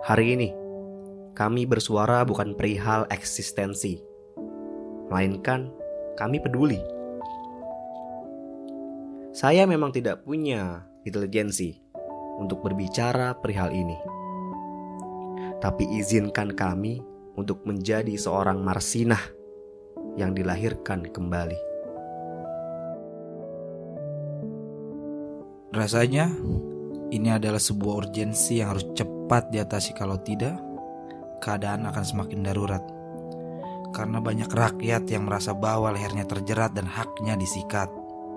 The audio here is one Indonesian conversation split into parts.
Hari ini, kami bersuara bukan perihal eksistensi, melainkan kami peduli. Saya memang tidak punya intelijensi untuk berbicara perihal ini, tapi izinkan kami untuk menjadi seorang Marsinah yang dilahirkan kembali. Rasanya ini adalah sebuah urgensi yang harus cepat diatasi, kalau tidak keadaan akan semakin darurat. Karena banyak rakyat yang merasa bahwa lehernya terjerat dan haknya disikat.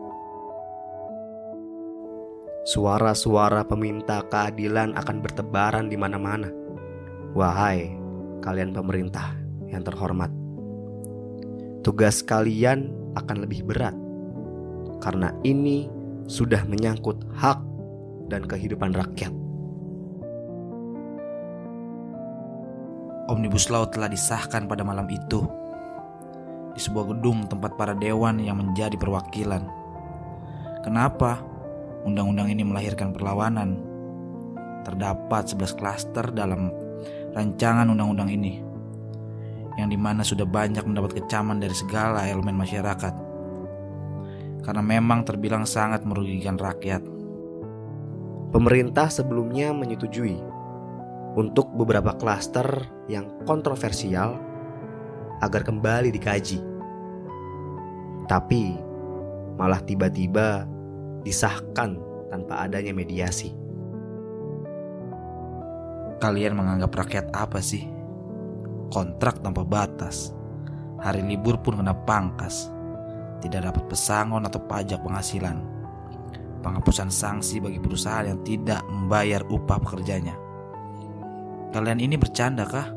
Suara-suara peminta keadilan akan bertebaran di mana-mana. Wahai kalian pemerintah yang terhormat, tugas kalian akan lebih berat karena ini sudah menyangkut hak dan kehidupan rakyat. Omnibus Law telah disahkan pada malam itu di sebuah gedung tempat para dewan yang menjadi perwakilan. Kenapa undang-undang ini melahirkan perlawanan? Terdapat 11 klaster dalam rancangan undang-undang ini, yang dimana sudah banyak mendapat kecaman dari segala elemen masyarakat, karena memang terbilang sangat merugikan rakyat. Pemerintah sebelumnya menyetujui untuk beberapa klaster yang kontroversial agar kembali dikaji. Tapi malah tiba-tiba disahkan tanpa adanya mediasi. Kalian menganggap rakyat apa sih? Kontrak tanpa batas, hari libur pun kena pangkas, tidak dapat pesangon atau pajak penghasilan, penghapusan sanksi bagi perusahaan yang tidak membayar upah pekerjanya. Kalian ini bercanda kah?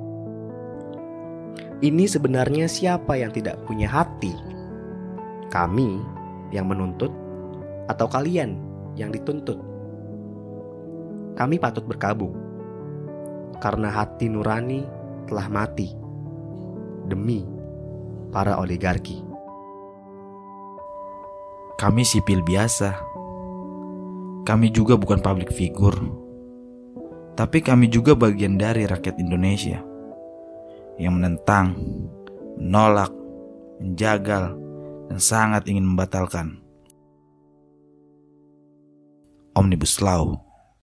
Ini sebenarnya siapa yang tidak punya hati? Kami yang menuntut atau kalian yang dituntut? Kami patut berkabung karena hati nurani telah mati demi para oligarki. Kami sipil biasa. Kami juga bukan public figure. Tapi kami juga bagian dari rakyat Indonesia yang menentang, menolak, menjagal, dan sangat ingin membatalkan Omnibus Law.